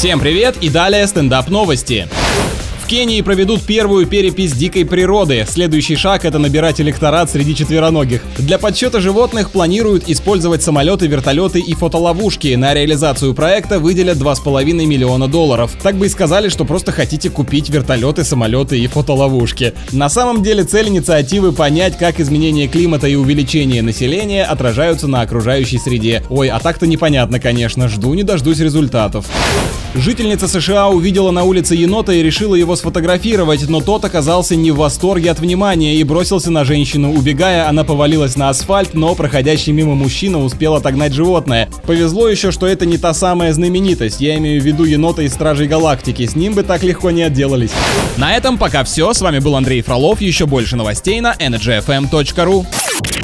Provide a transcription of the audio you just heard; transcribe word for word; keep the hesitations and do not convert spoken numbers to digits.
Всем привет и далее стендап новости. В Кении проведут первую перепись дикой природы. Следующий шаг — это набирать электорат среди четвероногих. Для подсчета животных планируют использовать самолеты, вертолеты и фотоловушки. На реализацию проекта выделят два с половиной миллиона долларов. Так бы и сказали, что просто хотите купить вертолеты, самолеты и фотоловушки. На самом деле цель инициативы — понять, как изменение климата и увеличение населения отражаются на окружающей среде. Ой, а так-то непонятно, конечно. Жду не дождусь результатов. Жительница США увидела на улице енота и решила его сфотографировать, но тот оказался не в восторге от внимания и бросился на женщину. Убегая, она повалилась на асфальт, но проходящий мимо мужчина успел отогнать животное. Повезло еще, что это не та самая знаменитость, я имею в виду енота из Стражей Галактики, с ним бы так легко не отделались. На этом пока все, с вами был Андрей Фролов, еще больше новостей на энерджи эф эм точка ру.